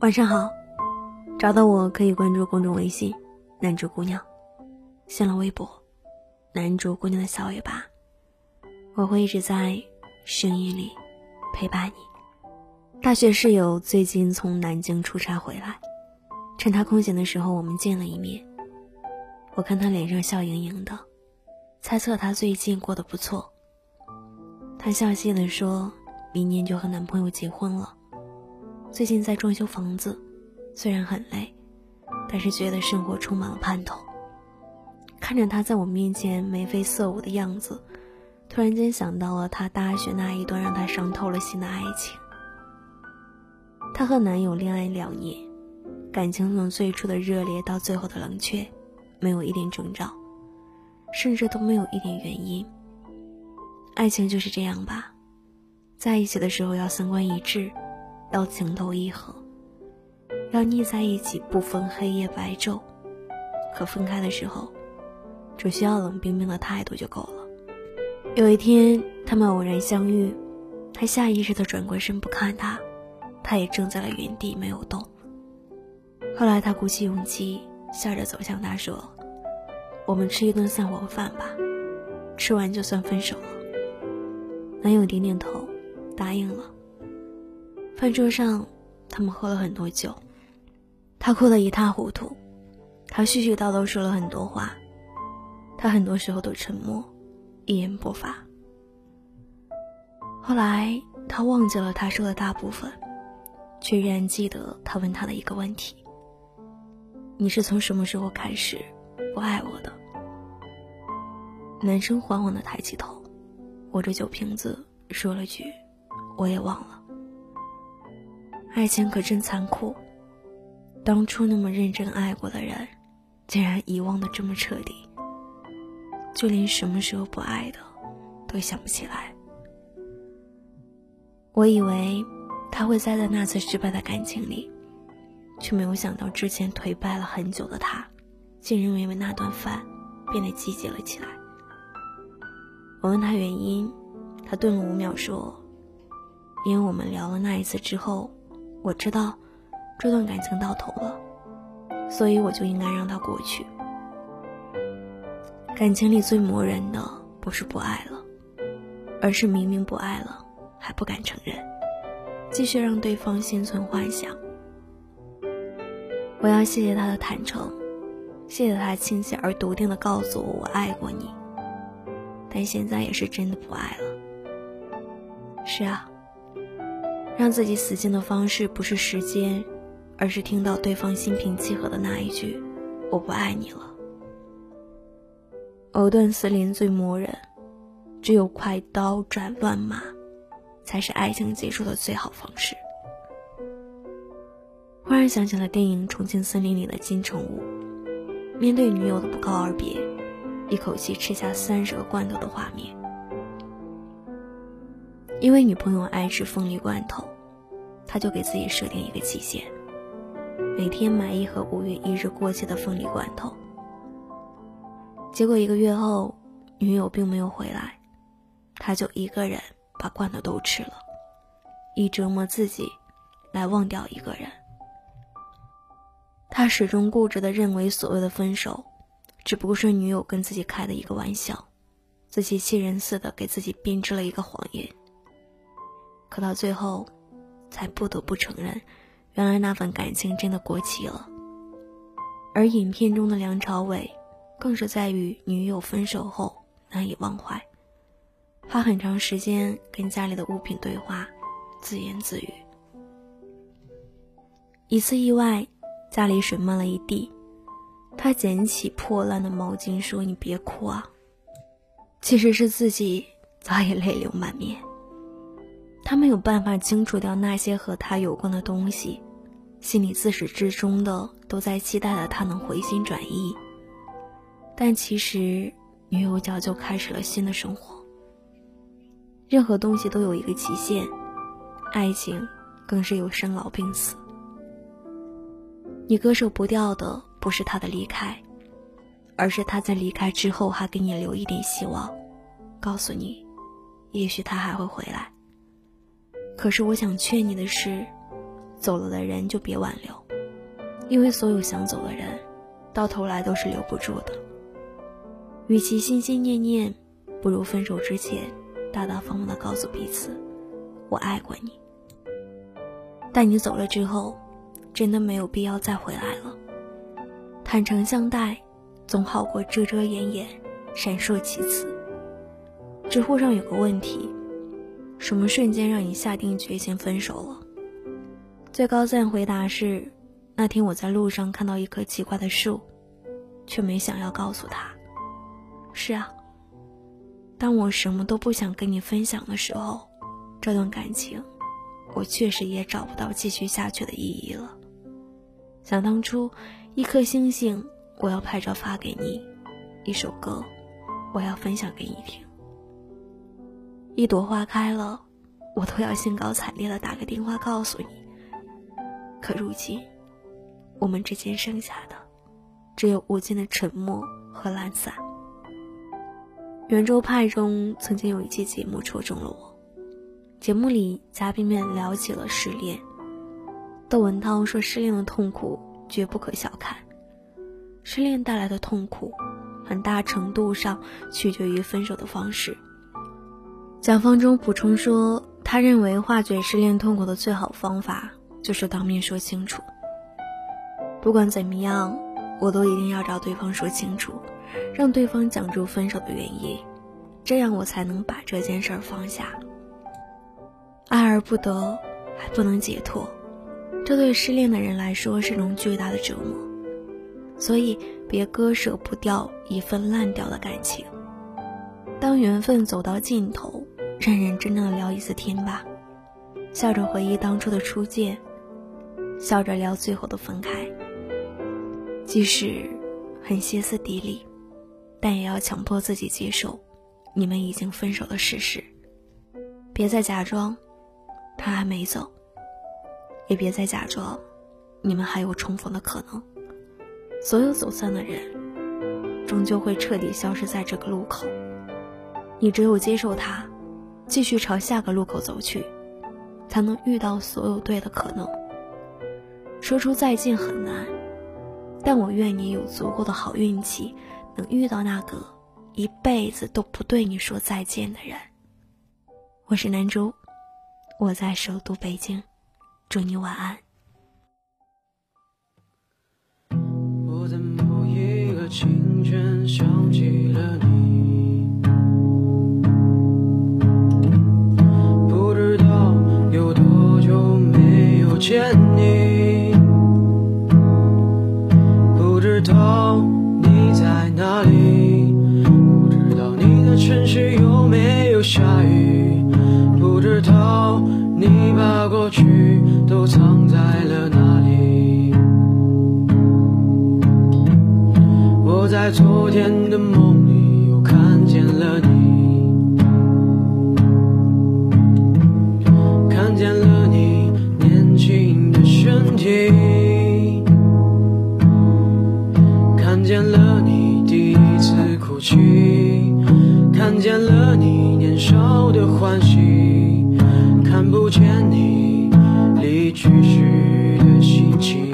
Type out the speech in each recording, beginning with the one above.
晚上好，找到我可以关注公众微信南竹姑娘，新浪微博南竹姑娘的小尾巴，我会一直在声音里陪伴你。大学室友最近从南京出差回来，趁他空闲的时候我们见了一面。我看他脸上笑盈盈的，猜测他最近过得不错。他笑嘻嘻地说明年就和男朋友结婚了，最近在装修房子，虽然很累，但是觉得生活充满了盼头。看着他在我面前眉飞色舞的样子，突然间想到了他大学那一段让他伤透了心的爱情。她和男友恋爱2年，感情从最初的热烈到最后的冷却，没有一点征兆，甚至都没有一点原因。爱情就是这样吧，在一起的时候要三观一致，要情投意合，要腻在一起不分黑夜白昼，可分开的时候只需要冷冰冰的态度就够了。有一天他们偶然相遇，他下意识地转过身不看他也正在了原地没有动。后来他鼓起勇气笑着走向他说，我们吃一顿散伙饭吧，吃完就算分手了。男友点点头答应了。饭桌上他们喝了很多酒，他哭得一塌糊涂，他絮絮叨叨说了很多话，他很多时候都沉默一言不发。后来他忘记了他说的大部分，却依然记得他问他的一个问题，你是从什么时候开始不爱我的？男生缓缓地抬起头，握着酒瓶子说了句，我也忘了。爱情可真残酷，当初那么认真爱过的人，竟然遗忘得这么彻底，就连什么时候不爱的都想不起来。我以为他会栽在那次失败的感情里，却没有想到之前颓败了很久的他，竟然因为那顿饭变得积极了起来。我问他原因，他顿了5秒说，因为我们聊了那一次之后，我知道这段感情到头了，所以我就应该让它过去。感情里最磨人的不是不爱了，而是明明不爱了还不敢承认，继续让对方心存幻想。我要谢谢他的坦诚，谢谢他清晰而笃定地告诉我爱过你，但现在也是真的不爱了。是啊，让自己死心的方式不是时间，而是听到对方心平气和的那一句我不爱你了。藕断丝连最磨人，只有快刀斩乱麻才是爱情结束的最好方式。忽然想起了电影《重庆森林》里的金城武，面对女友的不告而别，一口气吃下30个罐头的画面。因为女朋友爱吃凤梨罐头，他就给自己设定一个期限，每天买1盒5月1日过期的凤梨罐头。结果1个月后，女友并没有回来，他就一个人把罐头都吃了，以折磨自己来忘掉一个人。他始终固执地认为所谓的分手只不过是女友跟自己开的一个玩笑，自欺欺人似的给自己编织了一个谎言。可到最后才不得不承认，原来那份感情真的过期了。而影片中的梁朝伟更是在与女友分手后难以忘怀，花很长时间跟家里的物品对话，自言自语。一次意外，家里水漫了一地，他捡起破烂的毛巾说，你别哭啊。其实是自己早已泪流满面，他没有办法清除掉那些和他有关的东西，心里自始至终的都在期待着他能回心转意。但其实女友早就开始了新的生活。任何东西都有一个期限，爱情更是有生老病死。你割舍不掉的不是他的离开，而是他在离开之后还给你留一点希望，告诉你也许他还会回来。可是我想劝你的是， 走了的人就别挽留，因为所有想走的人到头来都是留不住的。与其心心念念，不如分手之前大大方方地告诉彼此，我爱过你。但你走了之后，真的没有必要再回来了。坦诚相待总好过遮遮掩掩，闪烁其词。知乎上有个问题，什么瞬间让你下定决心分手了？最高赞回答是，那天我在路上看到一棵奇怪的树，却没想要告诉他。是啊，当我什么都不想跟你分享的时候，这段感情我确实也找不到继续下去的意义了。想当初，一颗星星我要拍照发给你，一首歌我要分享给你听，一朵花开了，我都要兴高采烈地打个电话告诉你。可如今我们之间剩下的只有无尽的沉默和懒散。圆桌派中曾经有一期节目戳中了我，节目里嘉宾们聊起了失恋。窦文涛说，失恋的痛苦绝不可小看，失恋带来的痛苦很大程度上取决于分手的方式。蒋方舟补充说，他认为化解失恋痛苦的最好方法就是当面说清楚。不管怎么样，我都一定要找对方说清楚，让对方讲出分手的原因，这样我才能把这件事放下。爱而不得，还不能解脱，这对失恋的人来说是种巨大的折磨。所以别割舍不掉一份烂掉的感情。当缘分走到尽头，认认真真的聊一次天吧，笑着回忆当初的初见，笑着聊最后的分开。即使很歇斯底里，但也要强迫自己接受你们已经分手的事实。别再假装他还没走，也别再假装你们还有重逢的可能。所有走散的人终究会彻底消失在这个路口，你只有接受它，继续朝下个路口走去，才能遇到所有对的可能。说出再见很难，但我愿你有足够的好运气，能遇到那个一辈子都不对你说再见的人。我是南珠，我在首都北京，祝你晚安。 我在某一个清晨想起了你，不知道有多久没有见你，不知道你在哪里，不知道你的城市有没有下雨，不知道你把过去都藏在了哪里。我在昨天的梦里又看见了你，看见了你年轻的身体，看见了你第一次哭泣，看见了你年少的欢喜，看不见你离去时的心情。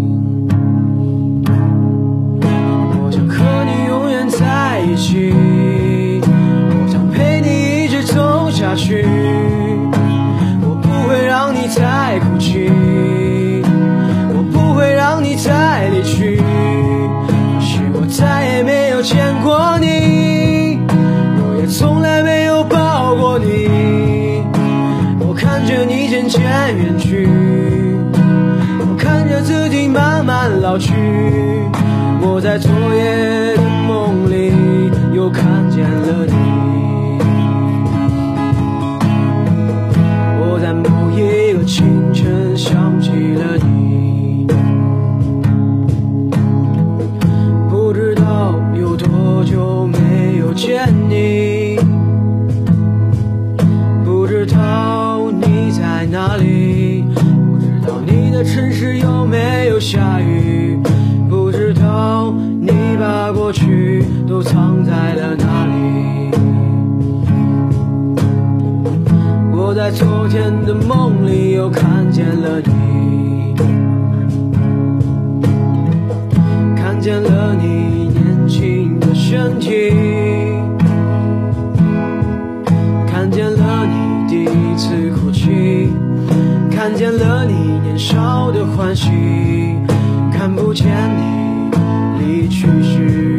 我想和你永远在一起，我想陪你一直走下去，我不会让你再哭泣，我不会让你再离去。可是我再也没有见过你，我也从来没有抱过你，我看着你渐渐远去，我看着自己慢慢老去。我在昨夜的梦里又看见了你，我在某一个清晨想起了你，不知道有多久没有见你，不知道你在哪里，不知道你的城市有没有下雨，不知道你把过去都藏在了哪里。我我在昨天的梦里又看见了你，看见了你年轻的身体，看见了你第一次哭泣，看见了你年少的欢喜，看不见你离去时